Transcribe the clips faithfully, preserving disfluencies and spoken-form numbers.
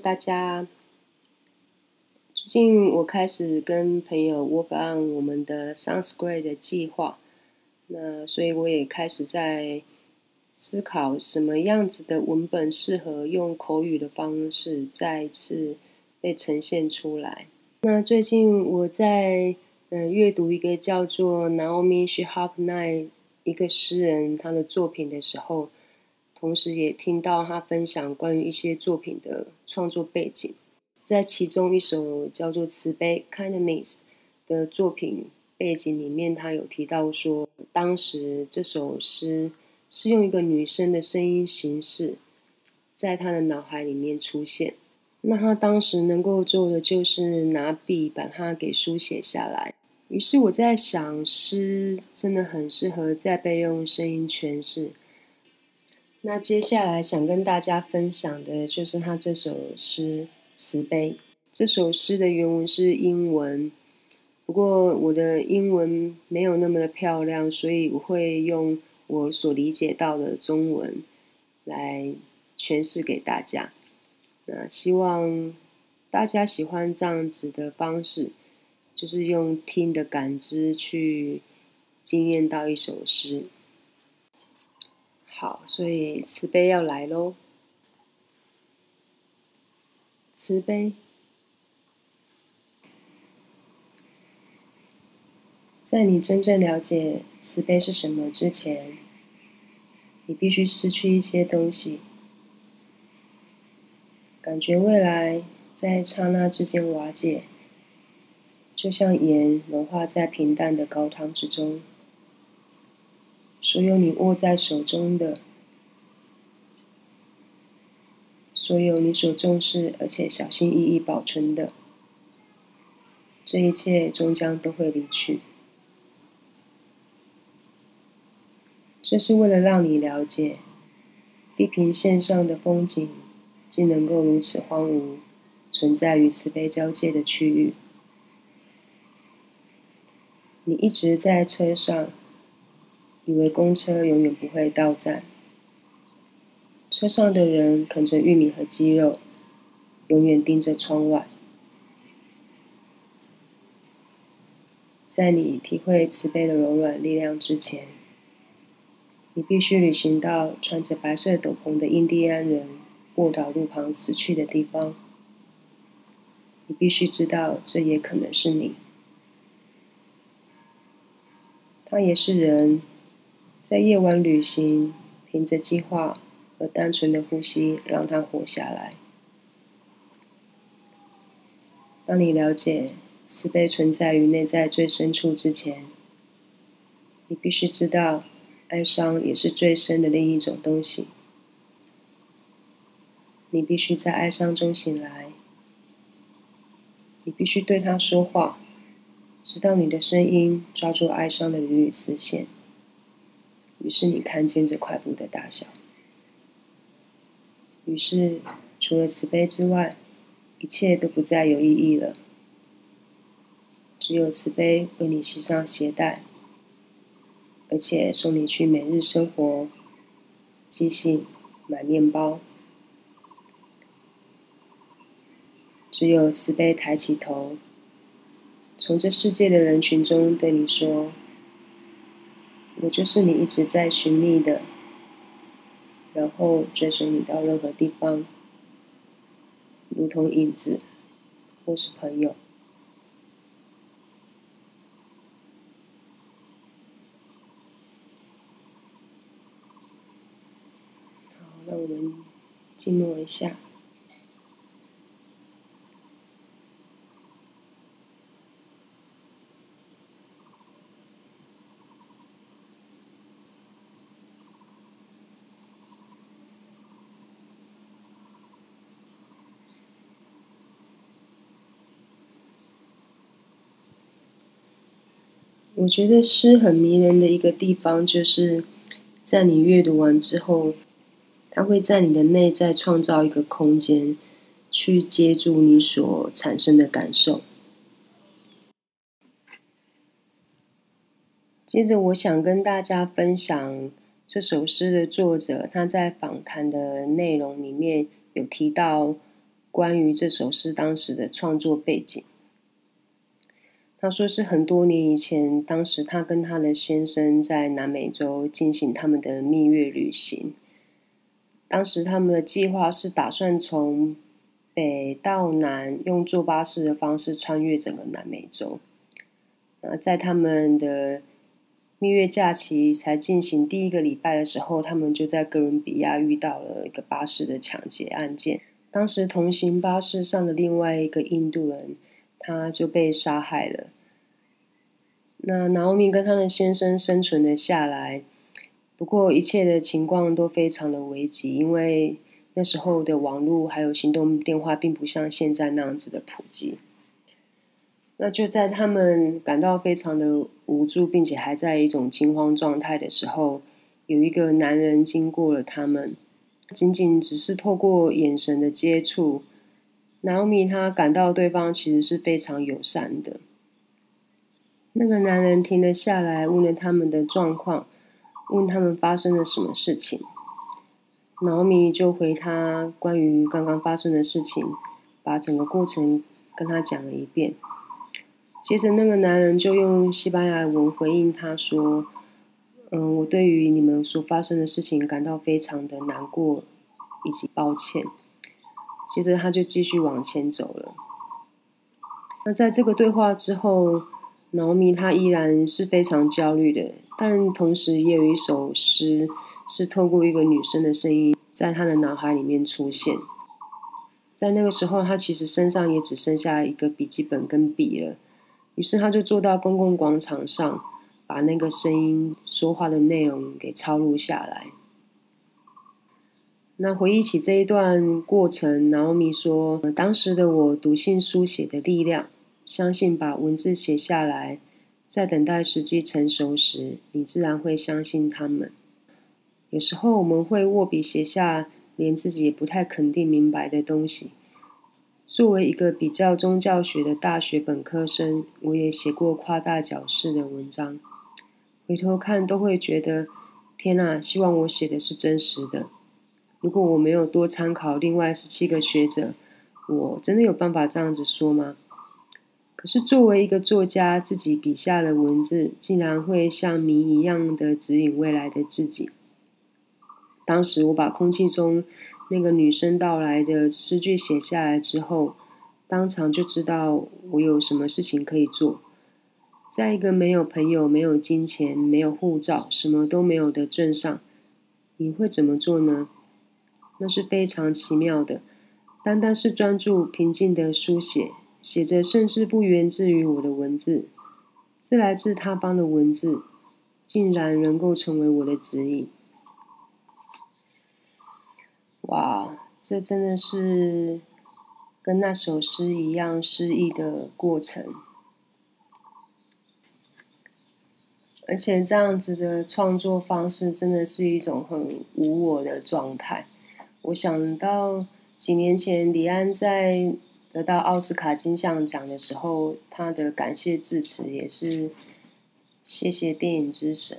大家。最近我开始跟朋友 work on 我们的 Sanskrit 的计划，那所以我也开始在思考什么样子的文本适合用口语的方式再一次被呈现出来。那最近我在呃阅读一个叫做 Naomi Shihab Nye 一个诗人他的作品的时候，同时也听到他分享关于一些作品的创作背景。在其中一首叫做慈悲 Kindness 的作品背景里面，他有提到说，当时这首诗是用一个女生的声音形式在他的脑海里面出现。那他当时能够做的就是拿笔把它给书写下来。于是我在想，诗真的很适合再被用声音诠释。那接下来想跟大家分享的就是他这首诗慈悲。这首诗的原文是英文，不过我的英文没有那么的漂亮，所以我会用我所理解到的中文来诠释给大家。那希望大家喜欢这样子的方式，就是用听的感知去经验到一首诗。好，所以慈悲要来咯。慈悲，在你真正了解慈悲是什么之前，你必须失去一些东西，感觉未来在刹那之间瓦解，就像盐融化在平淡的高汤之中。所有你握在手中的，所有你所重视而且小心翼翼保存的，这一切终将都会离去。这是为了让你了解，地平线上的风景竟能够如此荒芜，存在于慈悲交界的区域。你一直在车上，以为公车永远不会到站。车上的人啃着玉米和鸡肉，永远盯着窗外。在你体会慈悲的柔软力量之前，你必须旅行到穿着白色斗篷的印第安人卧倒路旁死去的地方。你必须知道，这也可能是你。他也是人，在夜晚旅行，凭着计划和单纯的呼吸让他活下来。当你了解慈悲存在于内在最深处之前，你必须知道，哀伤也是最深的另一种东西。你必须在哀伤中醒来，你必须对他说话，直到你的声音抓住哀伤的缕缕丝线。于是你看见这块布的大小。于是，除了慈悲之外，一切都不再有意义了。只有慈悲为你系上鞋带，而且送你去每日生活，寄信、买面包。只有慈悲抬起头，从这世界的人群中对你说：“我就是你一直在寻觅的。”然后追随你到任何地方，如同影子，或是朋友。好，让我们静默一下。我觉得诗很迷人的一个地方，就是在你阅读完之后，它会在你的内在创造一个空间，去接住你所产生的感受。接着，我想跟大家分享这首诗的作者，他在访谈的内容里面有提到关于这首诗当时的创作背景。他说是很多年以前，当时他跟他的先生在南美洲进行他们的蜜月旅行。当时他们的计划是打算从北到南，用坐巴士的方式穿越整个南美洲。那在他们的蜜月假期才进行第一个礼拜的时候，他们就在哥伦比亚遇到了一个巴士的抢劫案件。当时同行巴士上的另外一个印度人，他就被杀害了。那拿欧米跟她的先生生存了下来，不过一切的情况都非常的危急，因为那时候的网络还有行动电话并不像现在那样子的普及。那就在他们感到非常的无助，并且还在一种惊慌状态的时候，有一个男人经过了他们，仅仅只是透过眼神的接触，拿欧米她感到对方其实是非常友善的。那个男人停了下来，问了他们的状况，问他们发生了什么事情。拿欧米就回他关于刚刚发生的事情，把整个过程跟他讲了一遍。接着那个男人就用西班牙文回应他说，嗯，我对于你们所发生的事情感到非常的难过以及抱歉。接着他就继续往前走了。那在这个对话之后，拿欧米她依然是非常焦虑的，但同时也有一首诗是透过一个女生的声音在她的脑海里面出现。在那个时候，她其实身上也只剩下一个笔记本跟笔了，于是她就坐到公共广场上，把那个声音说话的内容给抄录下来。那回忆起这一段过程，拿欧米说，当时的我笃信书写的力量，相信把文字写下来，在等待时机成熟时，你自然会相信他们。有时候我们会握笔写下连自己也不太肯定明白的东西。作为一个比较宗教学的大学本科生，我也写过夸大矫饰的文章。回头看都会觉得，天哪，希望我写的是真实的。如果我没有多参考另外十七个学者，我真的有办法这样子说吗？可是作为一个作家，自己笔下的文字竟然会像谜一样的指引未来的自己。当时我把空气中那个女生到来的诗句写下来之后，当场就知道我有什么事情可以做。在一个没有朋友、没有金钱、没有护照、什么都没有的镇上，你会怎么做呢？那是非常奇妙的，单单是专注平静的书写，写着甚至不源自于我的文字，这来自他邦的文字，竟然能够成为我的指引。哇，这真的是跟那首诗一样诗意的过程。而且这样子的创作方式真的是一种很无我的状态。我想到几年前李安在得到奥斯卡金像奖的时候，他的感谢致辞也是谢谢电影之神。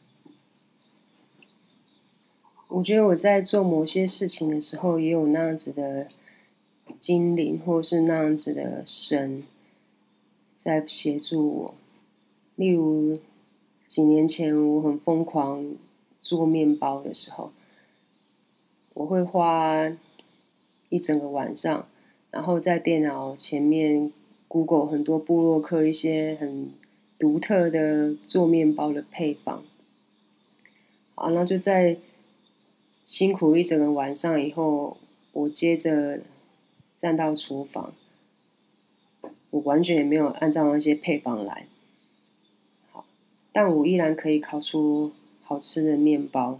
我觉得我在做某些事情的时候，也有那样子的精灵，或是那样子的神在协助我。例如几年前我很疯狂做面包的时候，我会花一整个晚上，然后在电脑前面 Google 很多部落客一些很独特的做面包的配方。好，然后就在辛苦一整个晚上以后，我接着站到厨房，我完全也没有按照那些配方来，好，但我依然可以烤出好吃的面包。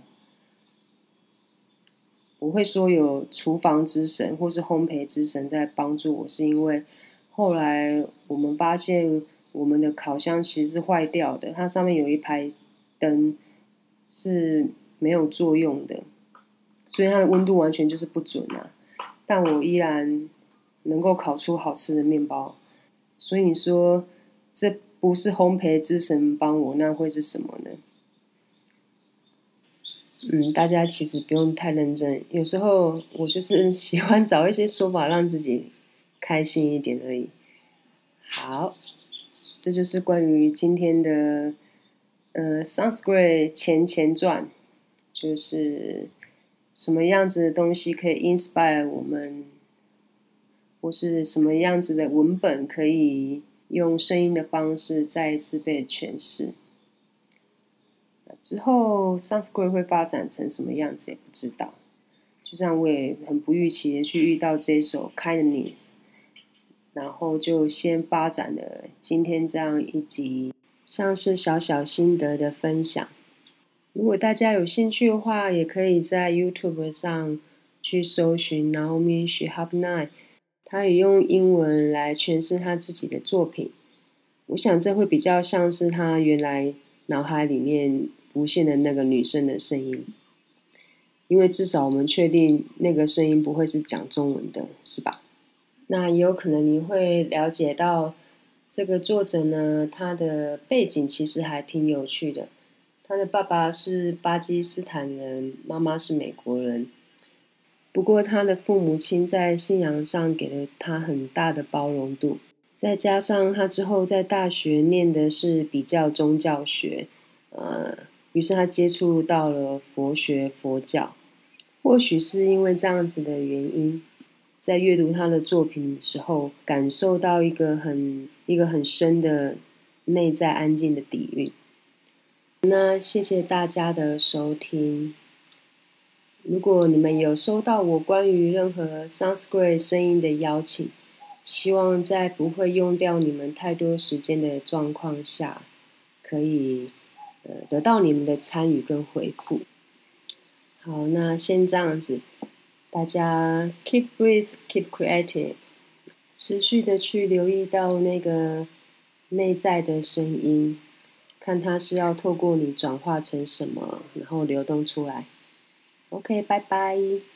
我会说有厨房之神或是烘焙之神在帮助我，是因为后来我们发现我们的烤箱其实是坏掉的，它上面有一排灯是没有作用的，所以它的温度完全就是不准啊。但我依然能够烤出好吃的面包，所以你说这不是烘焙之神帮我，那会是什么呢？ 嗯，大家其实不用太认真，有时候我就是喜欢找一些说法让自己开心一点而已。好，这就是关于今天的呃 Sanskrit 前前传，就是什么样子的东西可以 inspire 我们，或是什么样子的文本可以用声音的方式再一次被诠释。之后 Sanskrit 会发展成什么样子也不知道，就像我也很不预期的去遇到这首 Kindness， 然后就先发展了今天这样一集像是小小心得的分享。如果大家有兴趣的话，也可以在 YouTube 上去搜寻 Naomi Shihab Nye， 他也用英文来诠释他自己的作品。我想这会比较像是他原来脑海里面浮现的那个女生的声音，因为至少我们确定那个声音不会是讲中文的，是吧？那也有可能你会了解到这个作者呢，他的背景其实还挺有趣的。他的爸爸是巴基斯坦人，妈妈是美国人。不过他的父母亲在信仰上给了他很大的包容度，再加上他之后在大学念的是比较宗教学，呃，于是他接触到了佛学、佛教。或许是因为这样子的原因，在阅读他的作品的时候，感受到一个很一个很深的内在安静的底蕴。那谢谢大家的收听。如果你们有收到我关于任何 Sanskrit 声音的邀请，希望在不会用掉你们太多时间的状况下，可以呃得到你们的参与跟回复。好，那先这样子，大家 keep breathe, keep creative， 持续的去留意到那个内在的声音，看它是要透过你转化成什么，然后流动出来。OK，拜拜。